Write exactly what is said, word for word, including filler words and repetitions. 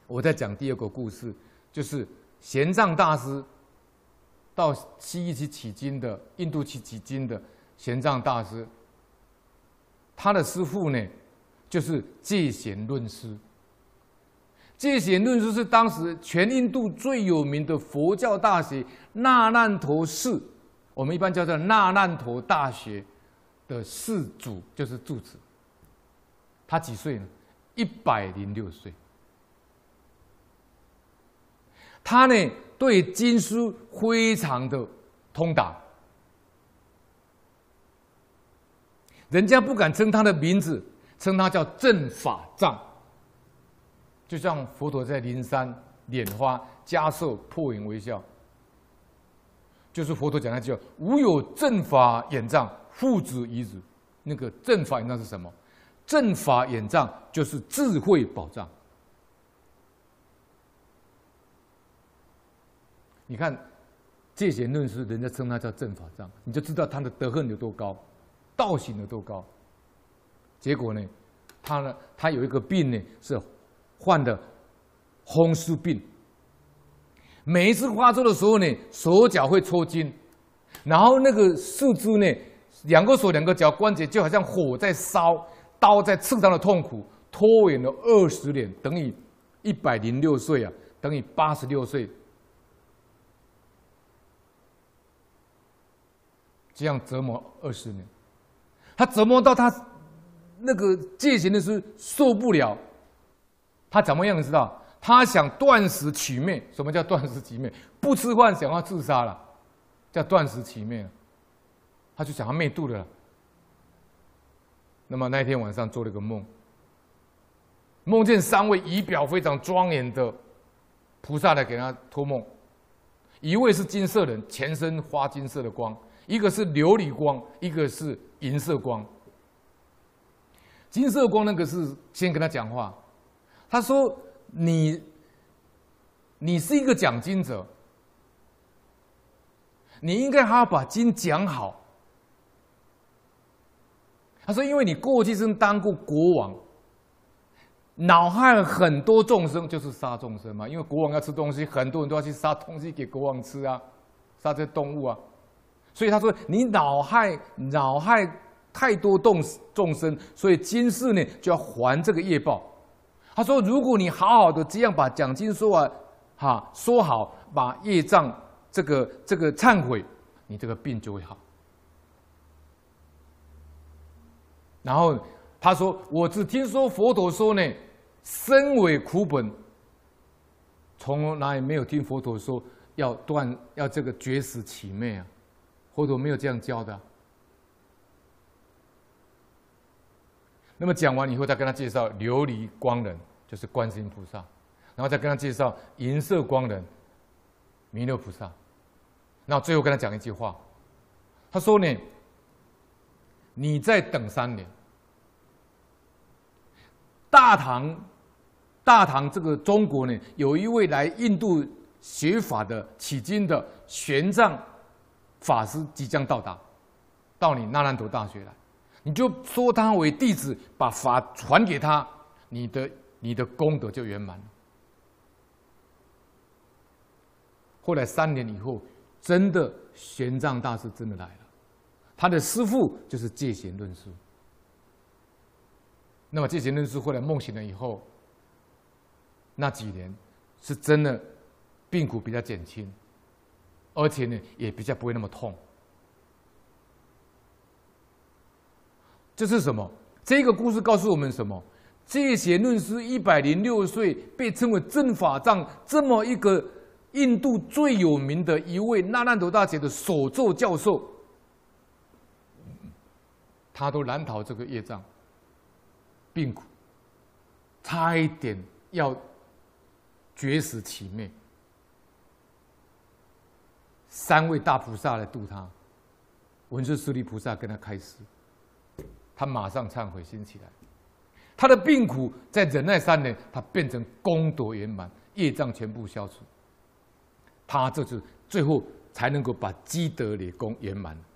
我在讲第二个故事，就是玄奘大师到西域去取经的，印度去取经的玄奘大师，他的师父呢，就是戒贤论师。戒贤论师是当时全印度最有名的佛教大学那烂陀寺，我们一般叫做那烂陀大学的寺主，就是住持。他几岁呢？一百零六岁。他呢，对经书非常的通达，人家不敢称他的名字，称他叫正法藏。就像佛陀在灵山拈花迦叶破颜微笑，就是佛陀讲那句“无有正法眼藏，父子遗子”。那个正法眼藏是什么？正法眼藏就是智慧宝藏。你看戒贤论师，人家称他叫正法藏，你就知道他的德行有多高，道行有多高。结果呢，他呢，他有一个病呢是。患的风湿病，每一次发作的时候呢，手脚会抽筋，然后那个四肢呢，两个手两个脚关节就好像火在烧，刀在刺伤的痛苦，拖延了二十年，等于一百零六岁啊，等于八十六岁，这样折磨二十年，他折磨到他那个戒贤的是受不了。他怎么样？你知道？他想断食取灭。什么叫断食取灭？不吃饭想要自杀了，叫断食取灭。他就想要灭度了。那么那一天晚上做了个梦，梦见三位仪表非常庄严的菩萨来给他托梦。一位是金色人，全身发金色的光；一个是琉璃光，一个是银色光。金色光那个是先跟他讲话。他说：“你，你是一个讲经者，你应该好好把经讲好。”他说：“因为你过去生当过国王，恼害很多众生，就是杀众生嘛。因为国王要吃东西，很多人都要去杀东西给国王吃啊，杀这些动物啊。所以他说你恼害恼害太多众众生，所以今世呢就要还这个业报。”他说：“如果你好好的这样把讲经说完，哈说好，把业障这个这个忏悔，你这个病就会好。”然后他说：“我只听说佛陀说呢，身为苦本，从来没有听佛陀说要断要这个绝死起灭啊，佛陀没有这样教的啊。”那么讲完以后，再跟他介绍琉璃光人，就是观世音菩萨，然后再跟他介绍银色光人，弥勒菩萨，然后最后跟他讲一句话，他说呢：“你再等三年，大唐，大唐这个中国呢，有一位来印度学法的取经的玄奘法师即将到达，到你那烂陀大学来。”你就说他为弟子，把法传给他，你的你的功德就圆满了。后来三年以后，真的玄奘大师真的来了，他的师父就是戒贤论师。那么戒贤论师后来梦醒了以后，那几年是真的病苦比较减轻，而且呢也比较不会那么痛。这是什么？这个故事告诉我们什么？戒贤论师一百零六岁，被称为正法藏，这么一个印度最有名的一位那烂陀大学的首座教授，他都难逃这个业障，病苦，差一点要绝死起灭。三位大菩萨来度他，文殊师利菩萨跟他开示。他马上忏悔心起来，他的病苦在忍耐三年，他变成功德圆满，业障全部消除，他这是最后才能够把积德累功圆满。